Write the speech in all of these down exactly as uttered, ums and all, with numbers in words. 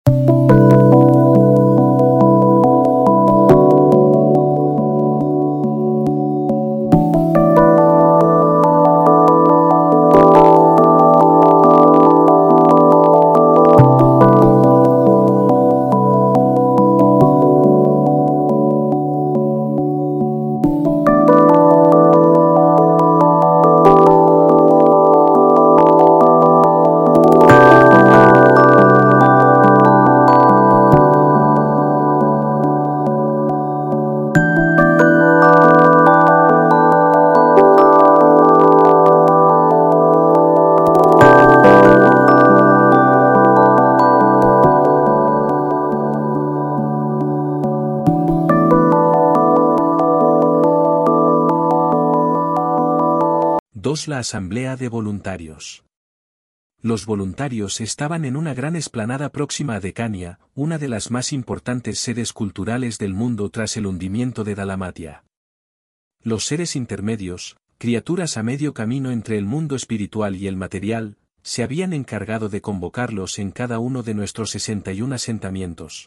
dos La asamblea de voluntarios. Los voluntarios estaban en una gran explanada próxima a Decania, una de las más importantes sedes culturales del mundo tras el hundimiento de Dalmatia. Los seres intermedios, criaturas a medio camino entre el mundo espiritual y el material, se habían encargado de convocarlos en cada uno de nuestros sesenta y un asentamientos.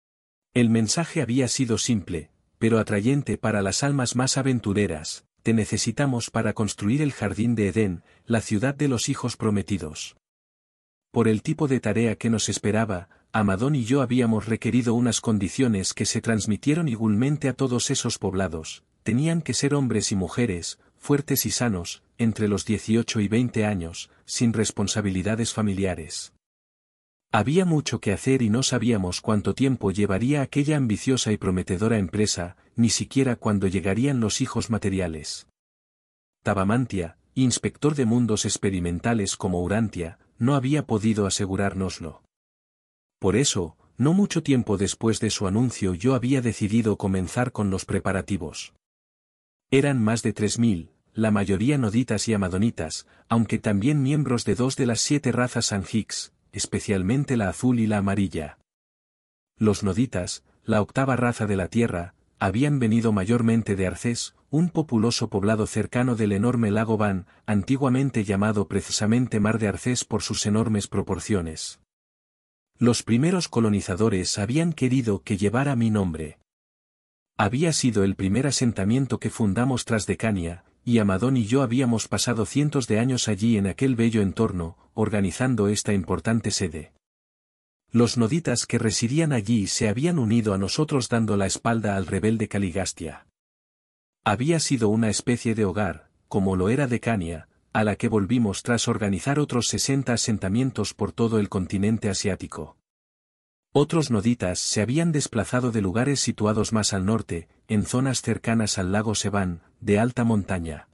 El mensaje había sido simple, pero atrayente para las almas más aventureras: te necesitamos para construir el jardín de Edén, la ciudad de los hijos prometidos. Por el tipo de tarea que nos esperaba, Amadón y yo habíamos requerido unas condiciones que se transmitieron igualmente a todos esos poblados. Tenían que ser hombres y mujeres, fuertes y sanos, entre los dieciocho y veinte años, sin responsabilidades familiares. Había mucho que hacer y no sabíamos cuánto tiempo llevaría aquella ambiciosa y prometedora empresa, ni siquiera cuándo llegarían los hijos materiales. Tabamantia, inspector de mundos experimentales como Urantia, no había podido asegurárnoslo. Por eso, no mucho tiempo después de su anuncio yo había decidido comenzar con los preparativos. Eran más de tres mil, la mayoría noditas y amadonitas, aunque también miembros de dos de las siete razas Sanjix, especialmente la azul y la amarilla. Los noditas, la octava raza de la Tierra, habían venido mayormente de Arcés, un populoso poblado cercano del enorme lago Van, antiguamente llamado precisamente Mar de Arcés por sus enormes proporciones. Los primeros colonizadores habían querido que llevara mi nombre. Había sido el primer asentamiento que fundamos tras Decania, y Amadón y yo habíamos pasado cientos de años allí en aquel bello entorno, organizando esta importante sede. Los noditas que residían allí se habían unido a nosotros dando la espalda al rebelde Caligastia. Había sido una especie de hogar, como lo era Decania, a la que volvimos tras organizar otros sesenta asentamientos por todo el continente asiático. Otros noditas se habían desplazado de lugares situados más al norte, en zonas cercanas al lago Seván, de alta montaña.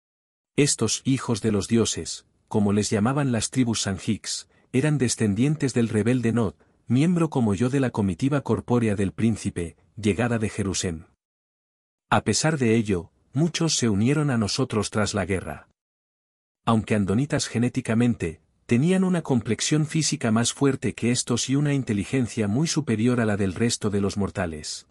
Estos hijos de los dioses, como les llamaban las tribus Sanjix, eran descendientes del rebelde Nod, miembro como yo de la comitiva corpórea del príncipe, llegada de Jerusalén. A pesar de ello, muchos se unieron a nosotros tras la guerra. Aunque andonitas genéticamente, tenían una complexión física más fuerte que estos y una inteligencia muy superior a la del resto de los mortales.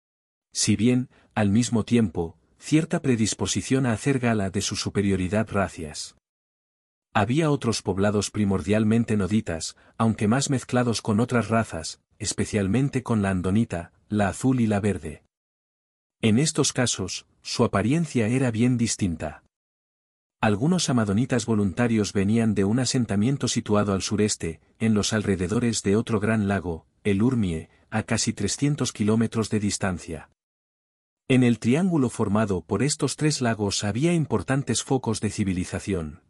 Si bien, al mismo tiempo, cierta predisposición a hacer gala de su superioridad racias. Había otros poblados primordialmente noditas, aunque más mezclados con otras razas, especialmente con la andonita, la azul y la verde. En estos casos, su apariencia era bien distinta. Algunos amadonitas voluntarios venían de un asentamiento situado al sureste, en los alrededores de otro gran lago, el Urmie, a casi trescientos kilómetros de distancia. En el triángulo formado por estos tres lagos había importantes focos de civilización.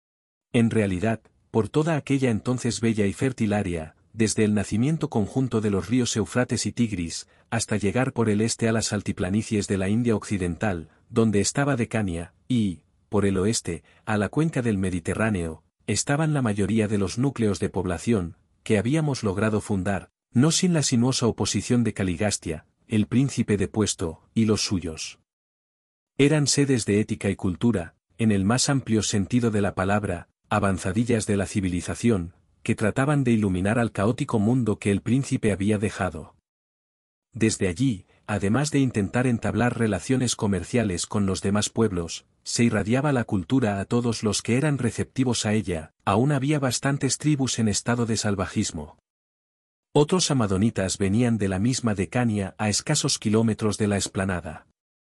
En realidad, por toda aquella entonces bella y fértil área, desde el nacimiento conjunto de los ríos Eufrates y Tigris, hasta llegar por el este a las altiplanicies de la India occidental, donde estaba Decania, y, por el oeste, a la cuenca del Mediterráneo, estaban la mayoría de los núcleos de población, que habíamos logrado fundar, no sin la sinuosa oposición de Caligastia, el príncipe depuesto, y los suyos. Eran sedes de ética y cultura, en el más amplio sentido de la palabra, avanzadillas de la civilización, que trataban de iluminar al caótico mundo que el príncipe había dejado. Desde allí, además de intentar entablar relaciones comerciales con los demás pueblos, se irradiaba la cultura a todos los que eran receptivos a ella. Aún había bastantes tribus en estado de salvajismo. Otros amadonitas venían de la misma Decania a escasos kilómetros de la explanada.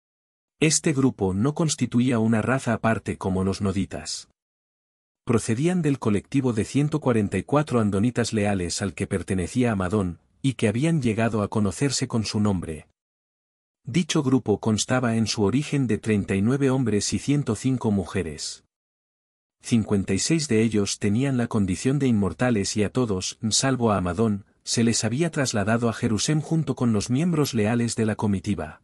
Este grupo no constituía una raza aparte como los noditas. Procedían del colectivo de ciento cuarenta y cuatro andonitas leales al que pertenecía Amadón, y que habían llegado a conocerse con su nombre. Dicho grupo constaba en su origen de treinta y nueve hombres y ciento cinco mujeres. cincuenta y seis de ellos tenían la condición de inmortales y a todos, salvo a Amadón, se les había trasladado a Jerusalén junto con los miembros leales de la comitiva.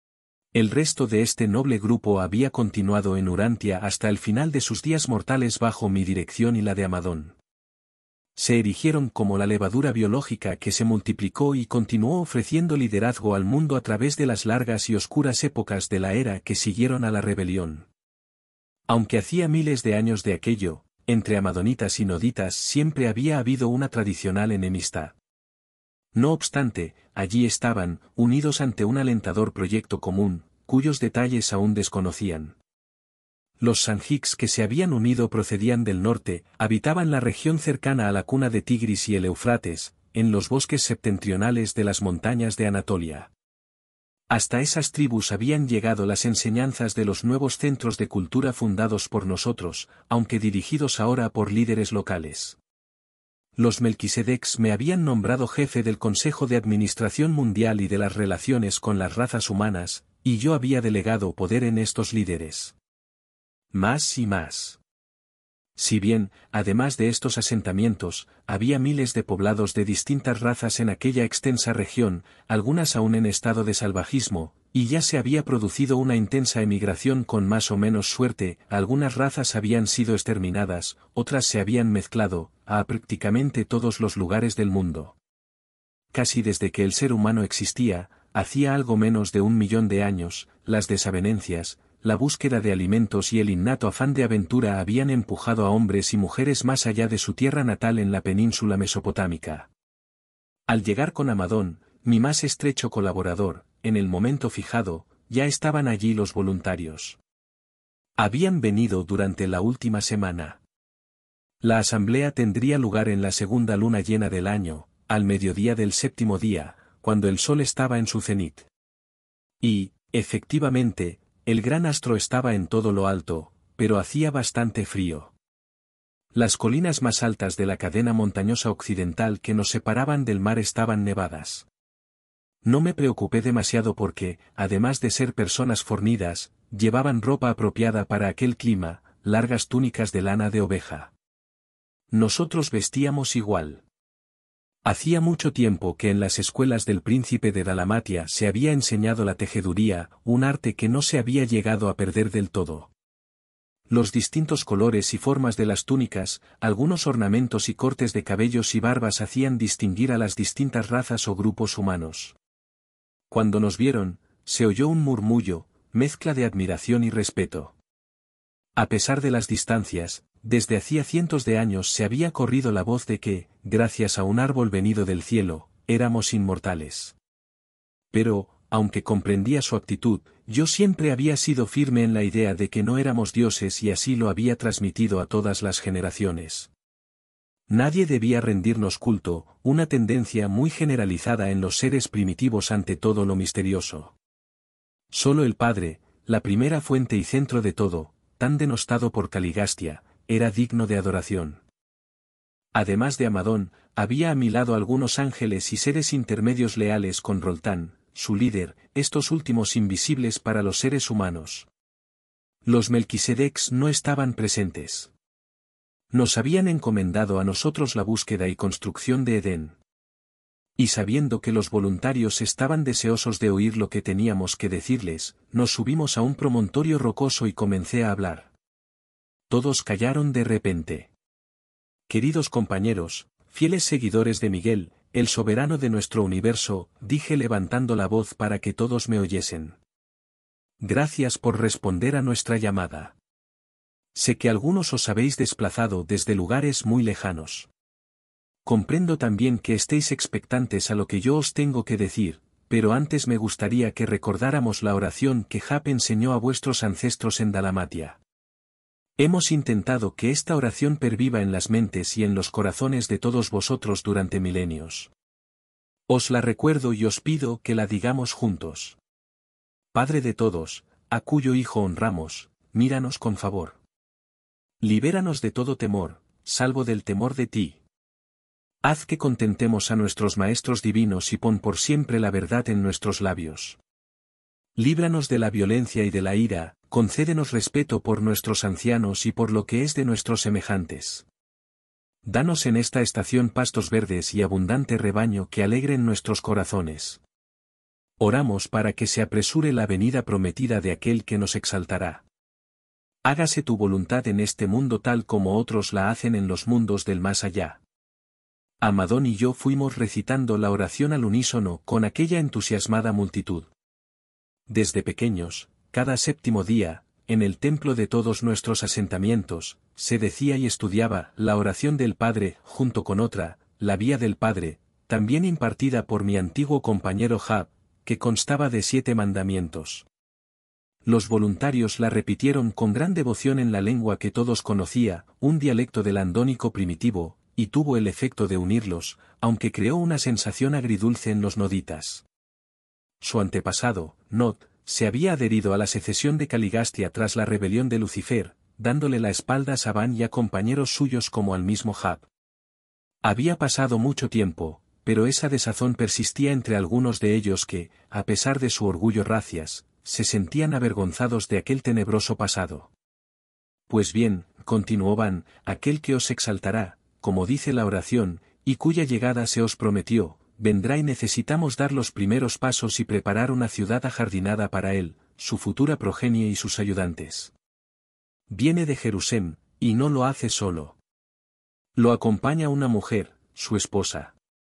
El resto de este noble grupo había continuado en Urantia hasta el final de sus días mortales bajo mi dirección y la de Amadón. Se erigieron como la levadura biológica que se multiplicó y continuó ofreciendo liderazgo al mundo a través de las largas y oscuras épocas de la era que siguieron a la rebelión. Aunque hacía miles de años de aquello, entre amadonitas y noditas siempre había habido una tradicional enemistad. No obstante, allí estaban, unidos ante un alentador proyecto común, cuyos detalles aún desconocían. Los Sanjiks que se habían unido procedían del norte, habitaban la región cercana a la cuna de Tigris y el Eufrates, en los bosques septentrionales de las montañas de Anatolia. Hasta esas tribus habían llegado las enseñanzas de los nuevos centros de cultura fundados por nosotros, aunque dirigidos ahora por líderes locales. Los Melquisedecs me habían nombrado jefe del Consejo de Administración Mundial y de las relaciones con las razas humanas, y yo había delegado poder en estos líderes. Más y más. Si bien, además de estos asentamientos, había miles de poblados de distintas razas en aquella extensa región, algunas aún en estado de salvajismo, y ya se había producido una intensa emigración con más o menos suerte, algunas razas habían sido exterminadas, otras se habían mezclado, a prácticamente todos los lugares del mundo. Casi desde que el ser humano existía, hacía algo menos de un millón de años, las desavenencias, la búsqueda de alimentos y el innato afán de aventura habían empujado a hombres y mujeres más allá de su tierra natal en la península mesopotámica. Al llegar con Amadón, mi más estrecho colaborador, en el momento fijado, ya estaban allí los voluntarios. Habían venido durante la última semana. La asamblea tendría lugar en la segunda luna llena del año, al mediodía del séptimo día, cuando el sol estaba en su cenit. Y, efectivamente, el gran astro estaba en todo lo alto, pero hacía bastante frío. Las colinas más altas de la cadena montañosa occidental que nos separaban del mar estaban nevadas. No me preocupé demasiado porque, además de ser personas fornidas, llevaban ropa apropiada para aquel clima, largas túnicas de lana de oveja. Nosotros vestíamos igual. Hacía mucho tiempo que en las escuelas del príncipe de Dalmatia se había enseñado la tejeduría, un arte que no se había llegado a perder del todo. Los distintos colores y formas de las túnicas, algunos ornamentos y cortes de cabellos y barbas hacían distinguir a las distintas razas o grupos humanos. Cuando nos vieron, se oyó un murmullo, mezcla de admiración y respeto. A pesar de las distancias, desde hacía cientos de años se había corrido la voz de que, gracias a un árbol venido del cielo, éramos inmortales. Pero, aunque comprendía su actitud, yo siempre había sido firme en la idea de que no éramos dioses y así lo había transmitido a todas las generaciones. Nadie debía rendirnos culto, una tendencia muy generalizada en los seres primitivos ante todo lo misterioso. Solo el Padre, la primera fuente y centro de todo, tan denostado por Caligastia, era digno de adoración. Además de Amadón, había a mi lado algunos ángeles y seres intermedios leales con Roltán, su líder, estos últimos invisibles para los seres humanos. Los Melquisedecs no estaban presentes. Nos habían encomendado a nosotros la búsqueda y construcción de Edén. Y sabiendo que los voluntarios estaban deseosos de oír lo que teníamos que decirles, nos subimos a un promontorio rocoso y comencé a hablar. Todos callaron de repente. Queridos compañeros, fieles seguidores de Miguel, el soberano de nuestro universo, dije levantando la voz para que todos me oyesen. Gracias por responder a nuestra llamada. Sé que algunos os habéis desplazado desde lugares muy lejanos. Comprendo también que estéis expectantes a lo que yo os tengo que decir, pero antes me gustaría que recordáramos la oración que Jap enseñó a vuestros ancestros en Dalmatia. Hemos intentado que esta oración perviva en las mentes y en los corazones de todos vosotros durante milenios. Os la recuerdo y os pido que la digamos juntos. Padre de todos, a cuyo Hijo honramos, míranos con favor. Libéranos de todo temor, salvo del temor de ti. Haz que contentemos a nuestros maestros divinos y pon por siempre la verdad en nuestros labios. Líbranos de la violencia y de la ira, concédenos respeto por nuestros ancianos y por lo que es de nuestros semejantes. Danos en esta estación pastos verdes y abundante rebaño que alegren nuestros corazones. Oramos para que se apresure la venida prometida de aquel que nos exaltará. Hágase tu voluntad en este mundo tal como otros la hacen en los mundos del más allá. Amadón y yo fuimos recitando la oración al unísono con aquella entusiasmada multitud. Desde pequeños, cada séptimo día, en el templo de todos nuestros asentamientos, se decía y estudiaba la oración del Padre junto con otra, la vía del Padre, también impartida por mi antiguo compañero Jab, que constaba de siete mandamientos. Los voluntarios la repitieron con gran devoción en la lengua que todos conocía, un dialecto del andónico primitivo, y tuvo el efecto de unirlos, aunque creó una sensación agridulce en los noditas. Su antepasado, Nod, se había adherido a la secesión de Caligastia tras la rebelión de Lucifer, dándole la espalda a Sabán y a compañeros suyos como al mismo Jab. Había pasado mucho tiempo, pero esa desazón persistía entre algunos de ellos que, a pesar de su orgullo racias, se sentían avergonzados de aquel tenebroso pasado. Pues bien, continuó Van, aquel que os exaltará, como dice la oración, y cuya llegada se os prometió, vendrá y necesitamos dar los primeros pasos y preparar una ciudad ajardinada para él, su futura progenie y sus ayudantes. Viene de Jerusalén, y no lo hace solo. Lo acompaña una mujer, su esposa.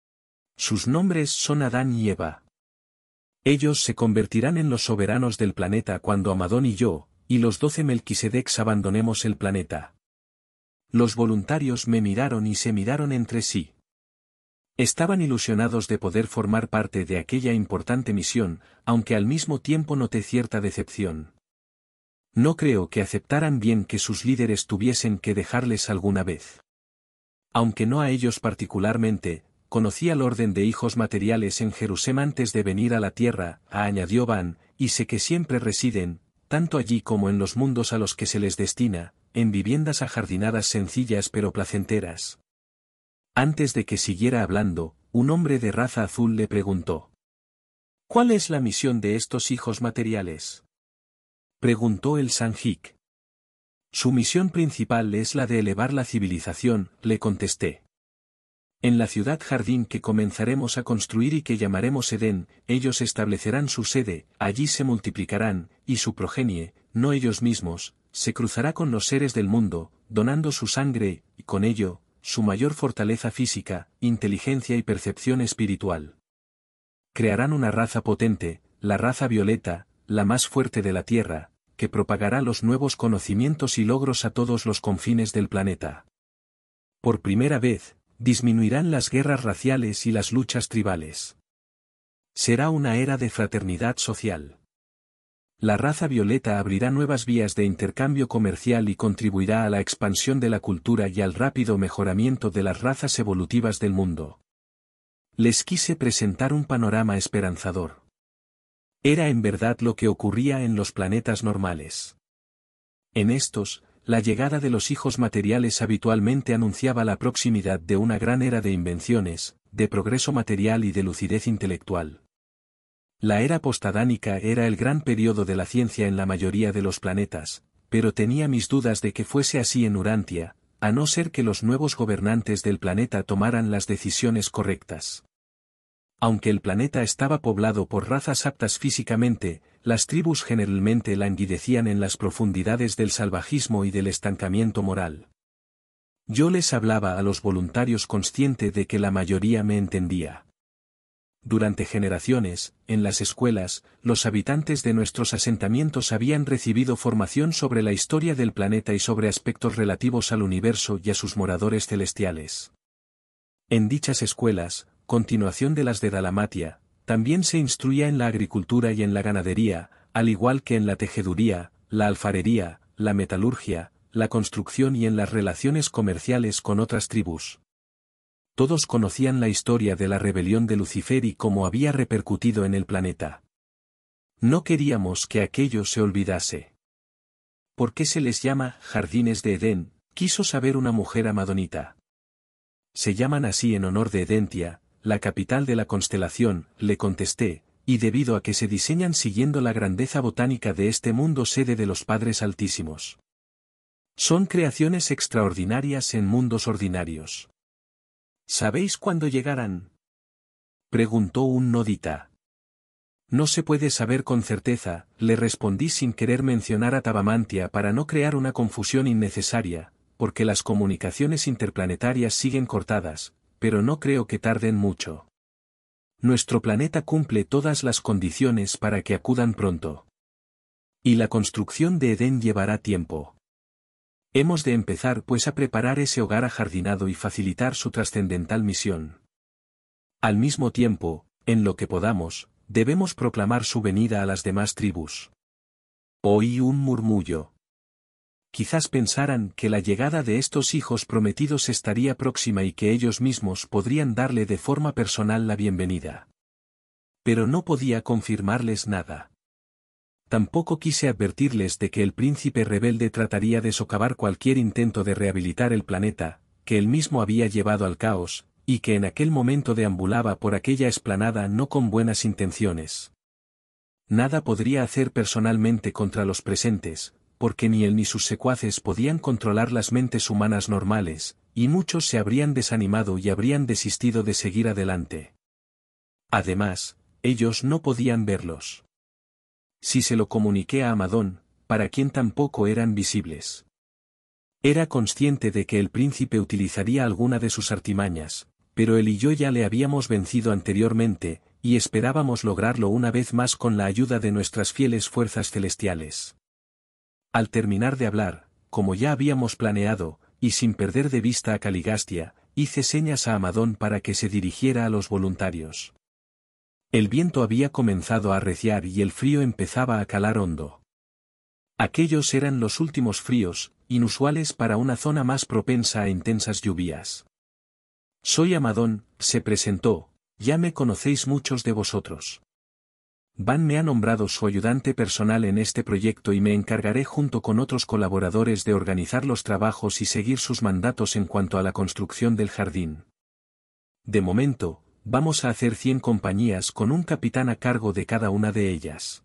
Sus nombres son Adán y Eva. Ellos se convertirán en los soberanos del planeta cuando Amadón y yo, y los doce Melquisedecs abandonemos el planeta. Los voluntarios me miraron y se miraron entre sí. Estaban ilusionados de poder formar parte de aquella importante misión, aunque al mismo tiempo noté cierta decepción. No creo que aceptaran bien que sus líderes tuviesen que dejarles alguna vez. Aunque no a ellos particularmente, conocí al orden de hijos materiales en Jerusalén antes de venir a la tierra, añadió Van, y sé que siempre residen, tanto allí como en los mundos a los que se les destina, en viviendas ajardinadas sencillas pero placenteras. Antes de que siguiera hablando, un hombre de raza azul le preguntó: ¿Cuál es la misión de estos hijos materiales? Preguntó el Sanjik. Su misión principal es la de elevar la civilización, le contesté. En la ciudad jardín que comenzaremos a construir y que llamaremos Edén, ellos establecerán su sede, allí se multiplicarán, y su progenie, no ellos mismos, se cruzará con los seres del mundo, donando su sangre, y con ello, su mayor fortaleza física, inteligencia y percepción espiritual. Crearán una raza potente, la raza violeta, la más fuerte de la Tierra, que propagará los nuevos conocimientos y logros a todos los confines del planeta. Por primera vez, disminuirán las guerras raciales y las luchas tribales. Será una era de fraternidad social. La raza violeta abrirá nuevas vías de intercambio comercial y contribuirá a la expansión de la cultura y al rápido mejoramiento de las razas evolutivas del mundo. Les quise presentar un panorama esperanzador. Era en verdad lo que ocurría en los planetas normales. En estos, la llegada de los hijos materiales habitualmente anunciaba la proximidad de una gran era de invenciones, de progreso material y de lucidez intelectual. La era postadánica era el gran periodo de la ciencia en la mayoría de los planetas, pero tenía mis dudas de que fuese así en Urantia, a no ser que los nuevos gobernantes del planeta tomaran las decisiones correctas. Aunque el planeta estaba poblado por razas aptas físicamente, las tribus generalmente languidecían en las profundidades del salvajismo y del estancamiento moral. Yo les hablaba a los voluntarios consciente de que la mayoría me entendía. Durante generaciones, en las escuelas, los habitantes de nuestros asentamientos habían recibido formación sobre la historia del planeta y sobre aspectos relativos al universo y a sus moradores celestiales. En dichas escuelas, continuación de las de Dalamatia, también se instruía en la agricultura y en la ganadería, al igual que en la tejeduría, la alfarería, la metalurgia, la construcción y en las relaciones comerciales con otras tribus. Todos conocían la historia de la rebelión de Lucifer y cómo había repercutido en el planeta. No queríamos que aquello se olvidase. ¿Por qué se les llama Jardines de Edén?, quiso saber una mujer amadonita. Se llaman así en honor de Edentia, la capital de la constelación, le contesté, y debido a que se diseñan siguiendo la grandeza botánica de este mundo sede de los Padres Altísimos. Son creaciones extraordinarias en mundos ordinarios. ¿Sabéis cuándo llegarán?, preguntó un nodita. No se puede saber con certeza, le respondí sin querer mencionar a Tabamantia para no crear una confusión innecesaria, porque las comunicaciones interplanetarias siguen cortadas, pero no creo que tarden mucho. Nuestro planeta cumple todas las condiciones para que acudan pronto. Y la construcción de Edén llevará tiempo. Hemos de empezar pues a preparar ese hogar ajardinado y facilitar su trascendental misión. Al mismo tiempo, en lo que podamos, debemos proclamar su venida a las demás tribus. Oí un murmullo. Quizás pensaran que la llegada de estos hijos prometidos estaría próxima y que ellos mismos podrían darle de forma personal la bienvenida. Pero no podía confirmarles nada. Tampoco quise advertirles de que el príncipe rebelde trataría de socavar cualquier intento de rehabilitar el planeta, que él mismo había llevado al caos, y que en aquel momento deambulaba por aquella explanada no con buenas intenciones. Nada podría hacer personalmente contra los presentes, porque ni él ni sus secuaces podían controlar las mentes humanas normales, y muchos se habrían desanimado y habrían desistido de seguir adelante. Además, ellos no podían verlos. Si se lo comuniqué a Amadón, para quien tampoco eran visibles. Era consciente de que el príncipe utilizaría alguna de sus artimañas, pero él y yo ya le habíamos vencido anteriormente, y esperábamos lograrlo una vez más con la ayuda de nuestras fieles fuerzas celestiales. Al terminar de hablar, como ya habíamos planeado, y sin perder de vista a Caligastia, hice señas a Amadón para que se dirigiera a los voluntarios. El viento había comenzado a arreciar y el frío empezaba a calar hondo. Aquellos eran los últimos fríos, inusuales para una zona más propensa a intensas lluvias. Soy Amadón, se presentó, ya me conocéis muchos de vosotros. Van me ha nombrado su ayudante personal en este proyecto y me encargaré junto con otros colaboradores de organizar los trabajos y seguir sus mandatos en cuanto a la construcción del jardín. De momento, vamos a hacer cien compañías con un capitán a cargo de cada una de ellas.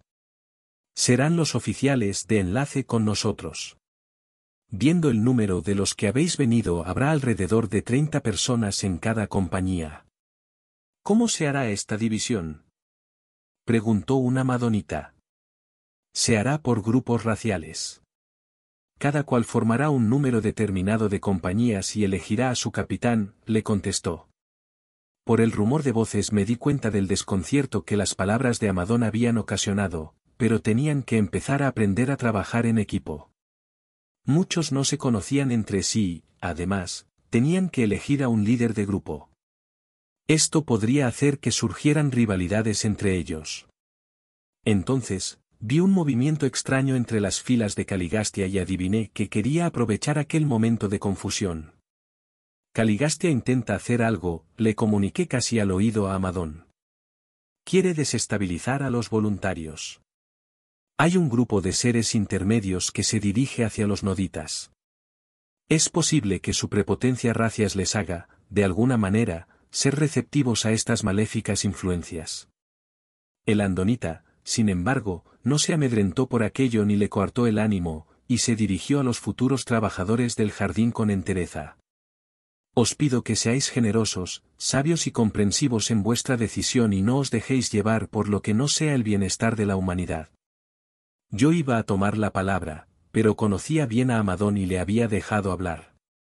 Serán los oficiales de enlace con nosotros. Viendo el número de los que habéis venido, habrá alrededor de treinta personas en cada compañía. ¿Cómo se hará esta división?, preguntó una amadonita. Se hará por grupos raciales. Cada cual formará un número determinado de compañías y elegirá a su capitán, le contestó. Por el rumor de voces me di cuenta del desconcierto que las palabras de Amadón habían ocasionado, pero tenían que empezar a aprender a trabajar en equipo. Muchos no se conocían entre sí, además, tenían que elegir a un líder de grupo. Esto podría hacer que surgieran rivalidades entre ellos. Entonces, vi un movimiento extraño entre las filas de Caligastia y adiviné que quería aprovechar aquel momento de confusión. Caligastia intenta hacer algo, le comuniqué casi al oído a Amadón. Quiere desestabilizar a los voluntarios. Hay un grupo de seres intermedios que se dirige hacia los noditas. Es posible que su prepotencia racias les haga, de alguna manera, ser receptivos a estas maléficas influencias. El andonita, sin embargo, no se amedrentó por aquello ni le coartó el ánimo, y se dirigió a los futuros trabajadores del jardín con entereza. Os pido que seáis generosos, sabios y comprensivos en vuestra decisión y no os dejéis llevar por lo que no sea el bienestar de la humanidad. Yo iba a tomar la palabra, pero conocía bien a Amadón y le había dejado hablar.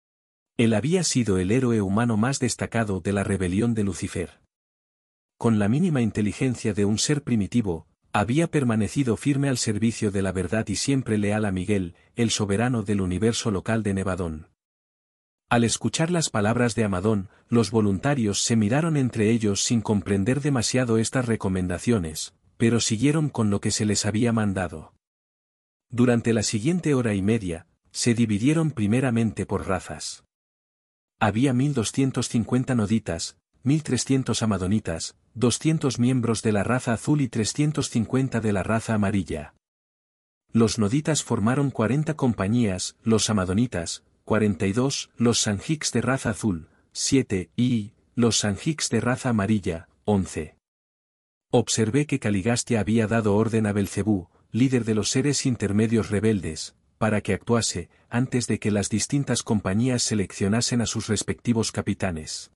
Él había sido el héroe humano más destacado de la rebelión de Lucifer. Con la mínima inteligencia de un ser primitivo, había permanecido firme al servicio de la verdad y siempre leal a Miguel, el soberano del universo local de Nevadón. Al escuchar las palabras de Amadón, los voluntarios se miraron entre ellos sin comprender demasiado estas recomendaciones, pero siguieron con lo que se les había mandado. Durante la siguiente hora y media, se dividieron primeramente por razas. Había mil doscientos cincuenta noditas, mil trescientos amadonitas, doscientos miembros de la raza azul y trescientos cincuenta de la raza amarilla. Los noditas formaron cuarenta compañías, los amadonitas, cuarenta y dos, los sanjiks de raza azul, siete, y, los sanjiks de raza amarilla, once. Observé que Caligastia había dado orden a Belcebú, líder de los seres intermedios rebeldes, para que actuase, antes de que las distintas compañías seleccionasen a sus respectivos capitanes.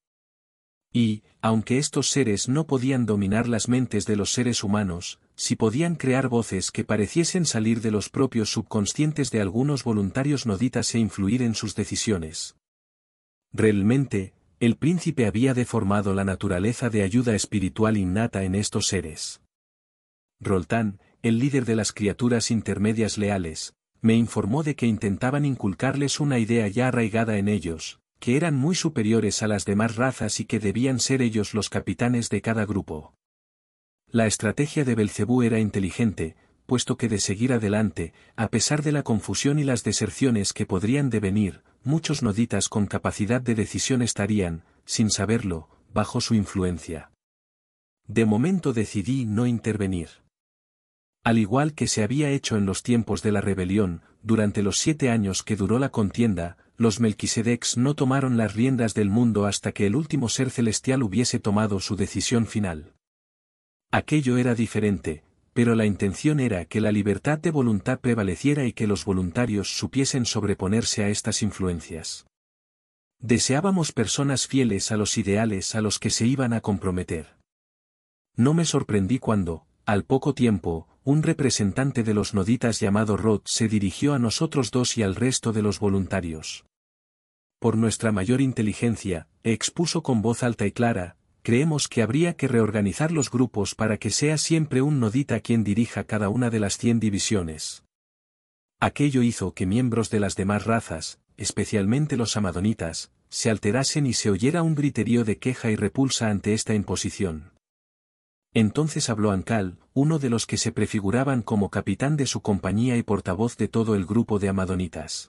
Y, aunque estos seres no podían dominar las mentes de los seres humanos, sí podían crear voces que pareciesen salir de los propios subconscientes de algunos voluntarios noditas e influir en sus decisiones. Realmente, el príncipe había deformado la naturaleza de ayuda espiritual innata en estos seres. Roltán, el líder de las criaturas intermedias leales, me informó de que intentaban inculcarles una idea ya arraigada en ellos, que eran muy superiores a las demás razas y que debían ser ellos los capitanes de cada grupo. La estrategia de Belcebú era inteligente, puesto que de seguir adelante, a pesar de la confusión y las deserciones que podrían devenir, muchos noditas con capacidad de decisión estarían, sin saberlo, bajo su influencia. De momento decidí no intervenir. Al igual que se había hecho en los tiempos de la rebelión, durante los siete años que duró la contienda, los Melquisedecs no tomaron las riendas del mundo hasta que el último ser celestial hubiese tomado su decisión final. Aquello era diferente, pero la intención era que la libertad de voluntad prevaleciera y que los voluntarios supiesen sobreponerse a estas influencias. Deseábamos personas fieles a los ideales a los que se iban a comprometer. No me sorprendí cuando, al poco tiempo, un representante de los noditas llamado Rod se dirigió a nosotros dos y al resto de los voluntarios. Por nuestra mayor inteligencia, expuso con voz alta y clara, creemos que habría que reorganizar los grupos para que sea siempre un nodita quien dirija cada una de las cien divisiones. Aquello hizo que miembros de las demás razas, especialmente los amadonitas, se alterasen y se oyera un griterío de queja y repulsa ante esta imposición. Entonces habló Ankal, uno de los que se prefiguraban como capitán de su compañía y portavoz de todo el grupo de amadonitas.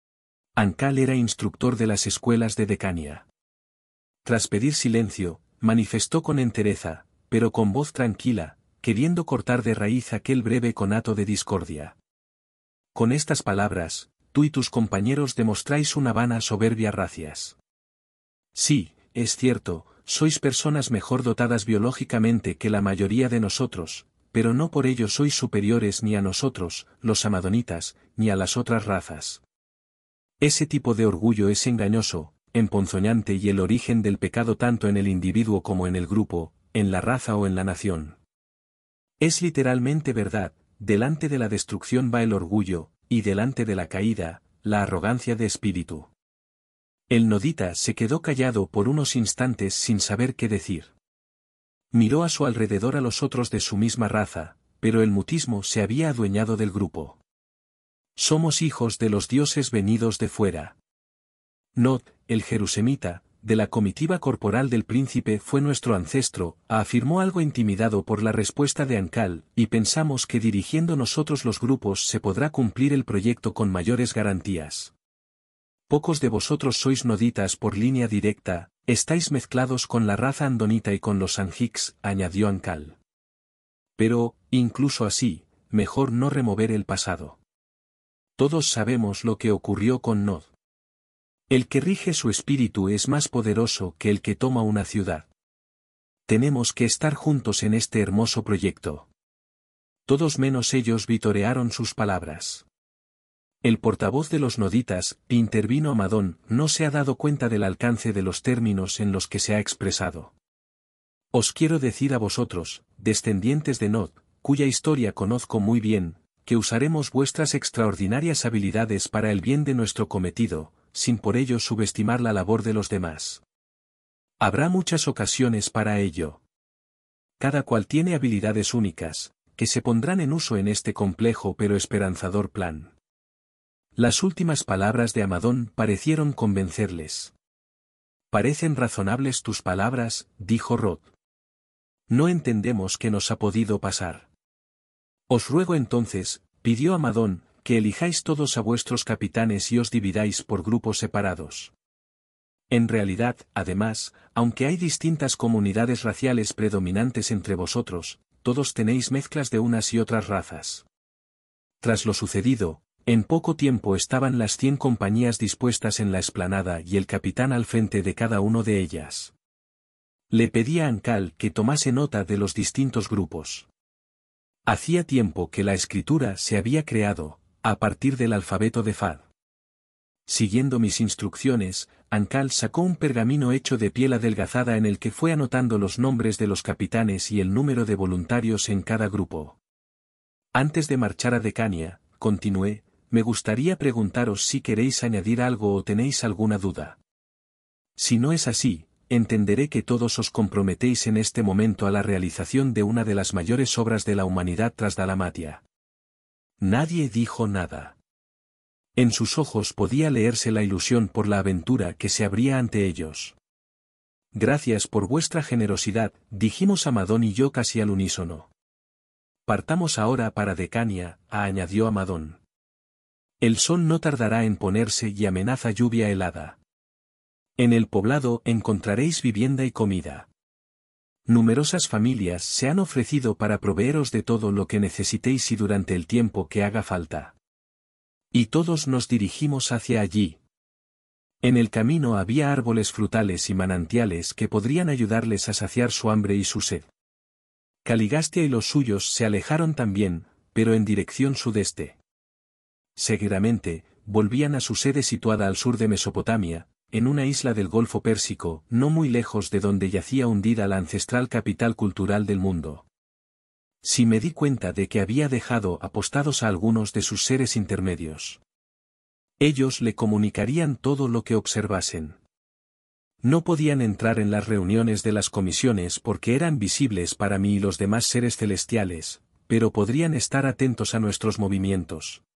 Ankal era instructor de las escuelas de Decania. Tras pedir silencio, manifestó con entereza, pero con voz tranquila, queriendo cortar de raíz aquel breve conato de discordia. Con estas palabras, tú y tus compañeros demostráis una vana soberbia racias. Sí, es cierto, sois personas mejor dotadas biológicamente que la mayoría de nosotros, pero no por ello sois superiores ni a nosotros, los amadonitas, ni a las otras razas. Ese tipo de orgullo es engañoso, emponzoñante y el origen del pecado tanto en el individuo como en el grupo, en la raza o en la nación. Es literalmente verdad, delante de la destrucción va el orgullo, y delante de la caída, la arrogancia de espíritu. El nodita se quedó callado por unos instantes sin saber qué decir. Miró a su alrededor a los otros de su misma raza, pero el mutismo se había adueñado del grupo. Somos hijos de los dioses venidos de fuera. Nod, el jerusemita, de la comitiva corporal del príncipe fue nuestro ancestro, afirmó algo intimidado por la respuesta de Ankal, y pensamos que dirigiendo nosotros los grupos se podrá cumplir el proyecto con mayores garantías. Pocos de vosotros sois noditas por línea directa, estáis mezclados con la raza andonita y con los sanjiks, añadió Ankal. Pero, incluso así, mejor no remover el pasado. Todos sabemos lo que ocurrió con Nod. El que rige su espíritu es más poderoso que el que toma una ciudad. Tenemos que estar juntos en este hermoso proyecto. Todos menos ellos vitorearon sus palabras. El portavoz de los noditas, intervino Amadón, no se ha dado cuenta del alcance de los términos en los que se ha expresado. Os quiero decir a vosotros, descendientes de Nod, cuya historia conozco muy bien, que usaremos vuestras extraordinarias habilidades para el bien de nuestro cometido, sin por ello subestimar la labor de los demás. Habrá muchas ocasiones para ello. Cada cual tiene habilidades únicas, que se pondrán en uso en este complejo pero esperanzador plan. Las últimas palabras de Amadón parecieron convencerles. Parecen razonables tus palabras, dijo Rod. No entendemos qué nos ha podido pasar. Os ruego entonces, pidió Amadón, que elijáis todos a vuestros capitanes y os dividáis por grupos separados. En realidad, además, aunque hay distintas comunidades raciales predominantes entre vosotros, todos tenéis mezclas de unas y otras razas. Tras lo sucedido, en poco tiempo estaban las cien compañías dispuestas en la explanada y el capitán al frente de cada uno de ellas. Le pedí a Ankal que tomase nota de los distintos grupos. Hacía tiempo que la escritura se había creado, a partir del alfabeto de Fad. Siguiendo mis instrucciones, Ankal sacó un pergamino hecho de piel adelgazada en el que fue anotando los nombres de los capitanes y el número de voluntarios en cada grupo. Antes de marchar a Decania, continué, me gustaría preguntaros si queréis añadir algo o tenéis alguna duda. Si no es así, entenderé que todos os comprometéis en este momento a la realización de una de las mayores obras de la humanidad tras Dalmatia. Nadie dijo nada. En sus ojos podía leerse la ilusión por la aventura que se abría ante ellos. Gracias por vuestra generosidad, dijimos Amadón y yo casi al unísono. Partamos ahora para Decania, añadió Amadón. El sol no tardará en ponerse y amenaza lluvia helada. En el poblado encontraréis vivienda y comida. Numerosas familias se han ofrecido para proveeros de todo lo que necesitéis y durante el tiempo que haga falta. Y todos nos dirigimos hacia allí. En el camino había árboles frutales y manantiales que podrían ayudarles a saciar su hambre y su sed. Caligastia y los suyos se alejaron también, pero en dirección sudeste. Seguidamente, volvían a su sede situada al sur de Mesopotamia, en una isla del Golfo Pérsico, no muy lejos de donde yacía hundida la ancestral capital cultural del mundo. Si me di cuenta de que había dejado apostados a algunos de sus seres intermedios. Ellos le comunicarían todo lo que observasen. No podían entrar en las reuniones de las comisiones porque eran visibles para mí y los demás seres celestiales, pero podrían estar atentos a nuestros movimientos.